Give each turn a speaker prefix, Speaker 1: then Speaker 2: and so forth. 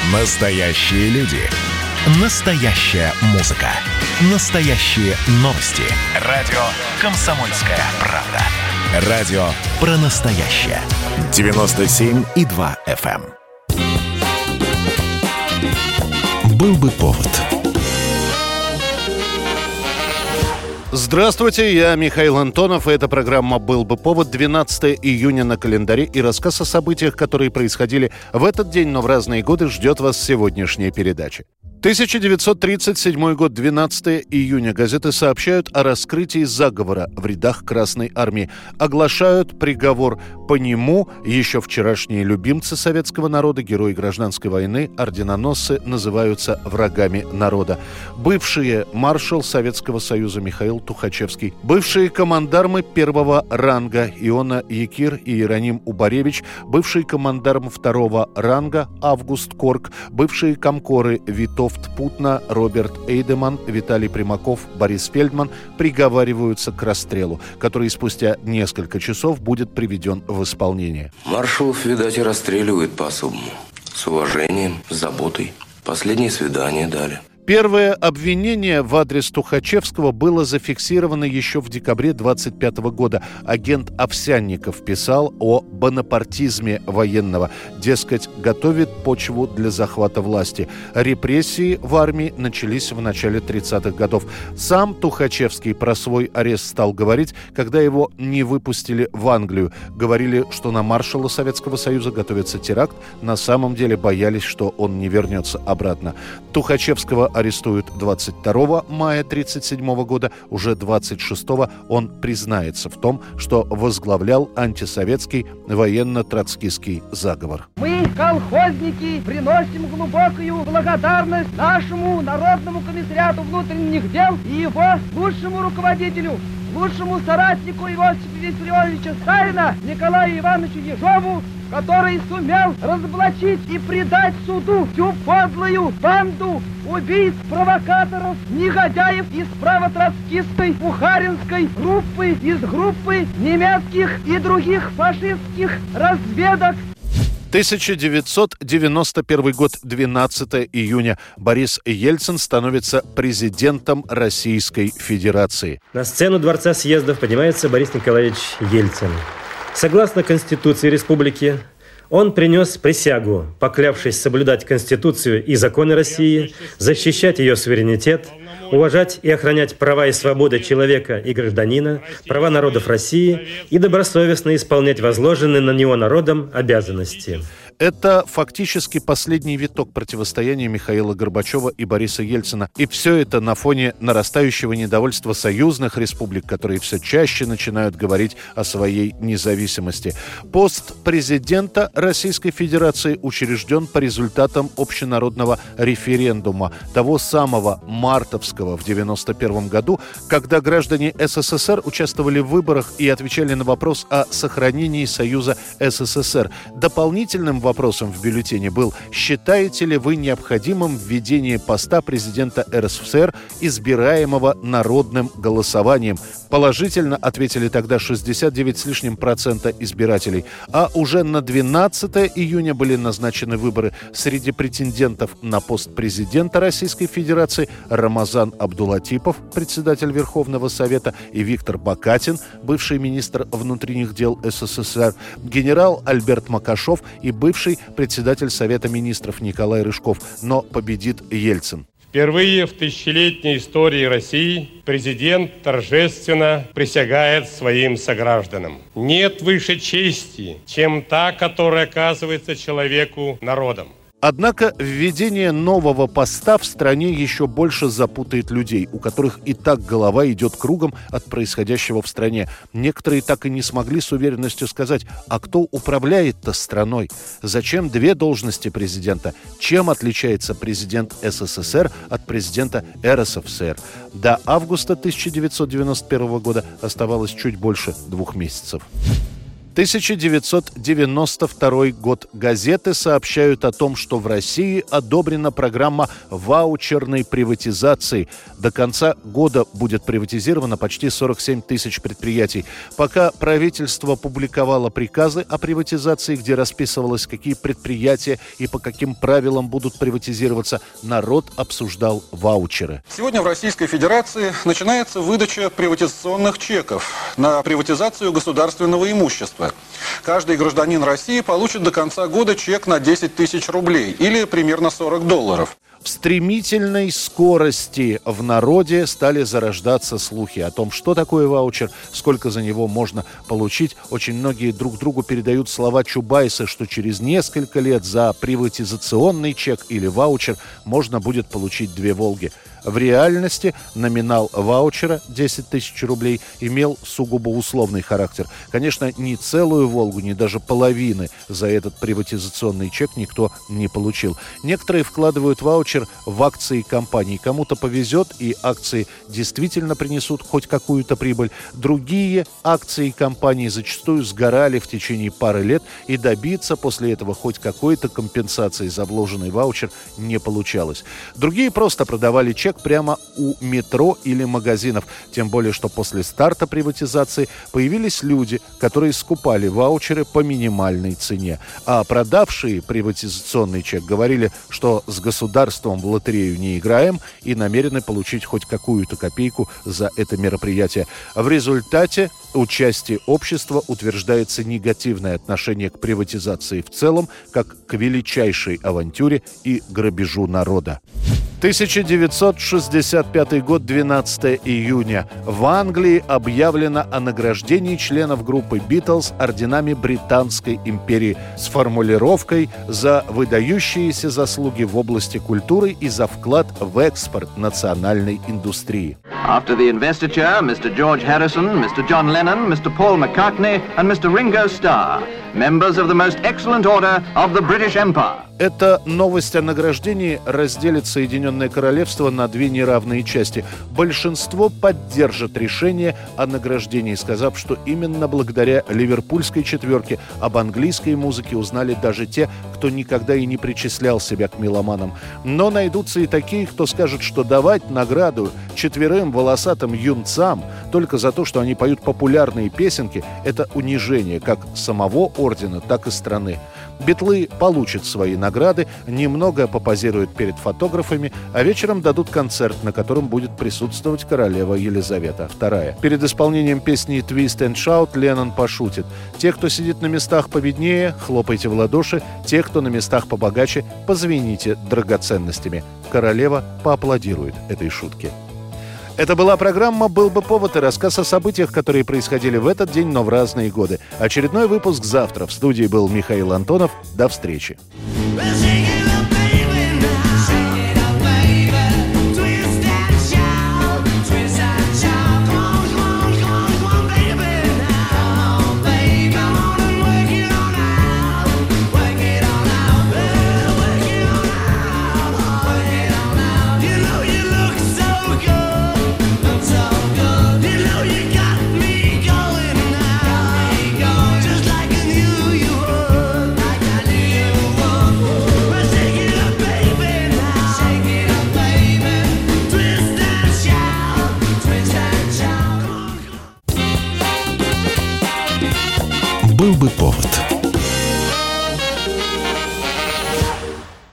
Speaker 1: Настоящие люди. Настоящая музыка. Настоящие новости. Радио «Комсомольская правда». Радио про настоящее. 97,2 FM. Был бы повод.
Speaker 2: Здравствуйте, я Михаил Антонов, и эта программа «Был бы повод». 12 июня на календаре, и рассказ о событиях, которые происходили в этот день, но в разные годы, ждет вас сегодняшняя передача. 1937 год, 12 июня. Газеты сообщают о раскрытии заговора в рядах Красной Армии. Оглашают приговор по нему. Еще вчерашние любимцы советского народа, герои гражданской войны, орденоносцы, называются врагами народа. Бывший маршал Советского Союза Михаил Тухачевский. Бывшие командармы первого ранга Иона Якир и Иероним Убаревич. Бывший командарм второго ранга Август Корк. Бывшие комкоры Витов Путна, Роберт Эйдеман, Виталий Примаков, Борис Фельдман приговариваются к расстрелу, который спустя несколько часов будет приведен в исполнение.
Speaker 3: Маршалов, видать, и расстреливают по-особому. С уважением, с заботой. Последнее свидание дали.
Speaker 2: Первое обвинение в адрес Тухачевского было зафиксировано еще в декабре 1925 года. Агент Овсянников писал о бонапартизме военного. Дескать, готовит почву для захвата власти. Репрессии в армии начались в начале 30-х годов. Сам Тухачевский про свой арест стал говорить, когда его не выпустили в Англию. Говорили, что на маршала Советского Союза готовится теракт. На самом деле боялись, что он не вернется обратно. Тухачевского арестуют 22 мая 1937 года. Уже 26-го он признается в том, что возглавлял антисоветский военно-троцкистский заговор.
Speaker 4: Мы, колхозники, приносим глубокую благодарность нашему Народному комиссариату внутренних дел и его лучшему руководителю, лучшему соратнику Иосифа Виссарионовича Сталина Николаю Ивановичу Ежову, который сумел разоблачить и предать суду всю подлую банду убийц, провокаторов, негодяев из правотроцкистской бухаринской группы, из группы немецких и других фашистских разведок.
Speaker 2: 1991 год, 12 июня. Борис Ельцин становится президентом Российской Федерации.
Speaker 5: На сцену Дворца съездов поднимается Борис Николаевич Ельцин. Согласно Конституции Республики, он принес присягу, поклявшись соблюдать Конституцию и законы России, защищать ее суверенитет, уважать и охранять права и свободы человека и гражданина, права народов России и добросовестно исполнять возложенные на него народом обязанности.
Speaker 2: Это фактически последний виток противостояния Михаила Горбачева и Бориса Ельцина. И все это на фоне нарастающего недовольства союзных республик, которые все чаще начинают говорить о своей независимости. Пост президента Российской Федерации учрежден по результатам общенародного референдума, того самого мартовского в 1991 году, когда граждане СССР участвовали в выборах и отвечали на вопрос о сохранении Союза СССР. Дополнительным вопросом в бюллетене был: считаете ли вы необходимым введение поста президента РСФСР, избираемого народным голосованием? Положительно ответили тогда 69 с лишним % избирателей. А уже на 12 июня были назначены выборы. Среди претендентов на пост президента Российской Федерации Рамазан Абдулатипов, председатель Верховного Совета, и Виктор Бакатин, бывший министр внутренних дел СССР, генерал Альберт Макашов и бывший председатель Совета министров Николай Рыжков. Но победит Ельцин.
Speaker 6: Впервые в тысячелетней истории России президент торжественно присягает своим согражданам. Нет выше чести, чем та, которая оказывается человеку народом.
Speaker 2: Однако введение нового поста в стране еще больше запутает людей, у которых и так голова идет кругом от происходящего в стране. Некоторые так и не смогли с уверенностью сказать, а кто управляет-то страной? Зачем две должности президента? Чем отличается президент СССР от президента РСФСР? До августа 1991 года оставалось чуть больше 2 месяцев. 1992 год. Газеты сообщают о том, что в России одобрена программа ваучерной приватизации. До конца года будет приватизировано почти 47 тысяч предприятий. Пока правительство публиковало приказы о приватизации, где расписывалось, какие предприятия и по каким правилам будут приватизироваться, народ обсуждал ваучеры.
Speaker 7: Сегодня в Российской Федерации начинается выдача приватизационных чеков на приватизацию государственного имущества. Каждый гражданин России получит до конца года чек на 10 тысяч рублей или примерно $40.
Speaker 2: В стремительной скорости в народе стали зарождаться слухи о том, что такое ваучер, сколько за него можно получить. Очень многие друг другу передают слова Чубайса, что через несколько лет за приватизационный чек или ваучер можно будет получить 2 «Волги». В реальности номинал ваучера 10 тысяч рублей имел сугубо условный характер. Конечно, ни целую «Волгу», ни даже половины за этот приватизационный чек никто не получил. Некоторые вкладывают ваучер в акции компаний. Кому-то повезет, и акции действительно принесут хоть какую-то прибыль. Другие акции компаний зачастую сгорали в течение пары лет, и добиться после этого хоть какой-то компенсации за вложенный ваучер не получалось. Другие просто продавали чек прямо у метро или магазинов. Тем более, что после старта приватизации появились люди, которые скупали ваучеры по минимальной цене. А продавшие приватизационный чек говорили, что с государством в лотерею не играем и намерены получить хоть какую-то копейку за это мероприятие. В результате у части общества утверждается негативное отношение к приватизации в целом, как к величайшей авантюре и грабежу народа. 1965 год, 12 июня. В Англии объявлено о награждении членов группы «Битлз» орденами Британской империи с формулировкой «за выдающиеся заслуги в области культуры и за вклад в экспорт национальной индустрии».
Speaker 8: After the investiture, Mr. George Harrison, Mr. John Lennon, Mr. Paul McCartney and Mr. Ringo Starr, members of the most excellent order of the British Empire.
Speaker 2: Эта новость о награждении разделит Соединенное Королевство на 2 неравные части. Большинство поддержит решение о награждении, сказав, что именно благодаря ливерпульской четверке об английской музыке узнали даже те, кто никогда и не причислял себя к меломанам. Но найдутся и такие, кто скажет, что давать награду 4 волосатым юнцам только за то, что они поют популярные песенки, это унижение как самого ордена, так и страны. Битлы получат свои награды, немного попозируют перед фотографами, а вечером дадут концерт, на котором будет присутствовать королева Елизавета II. Перед исполнением песни «Twist and Shout» Леннон пошутит: «Те, кто сидит на местах победнее, хлопайте в ладоши, те, кто на местах побогаче, позвените драгоценностями». Королева поаплодирует этой шутке. Это была программа «Был бы повод» и рассказ о событиях, которые происходили в этот день, но в разные годы. Очередной выпуск завтра. В студии был Михаил Антонов. До встречи.
Speaker 1: «Был бы повод».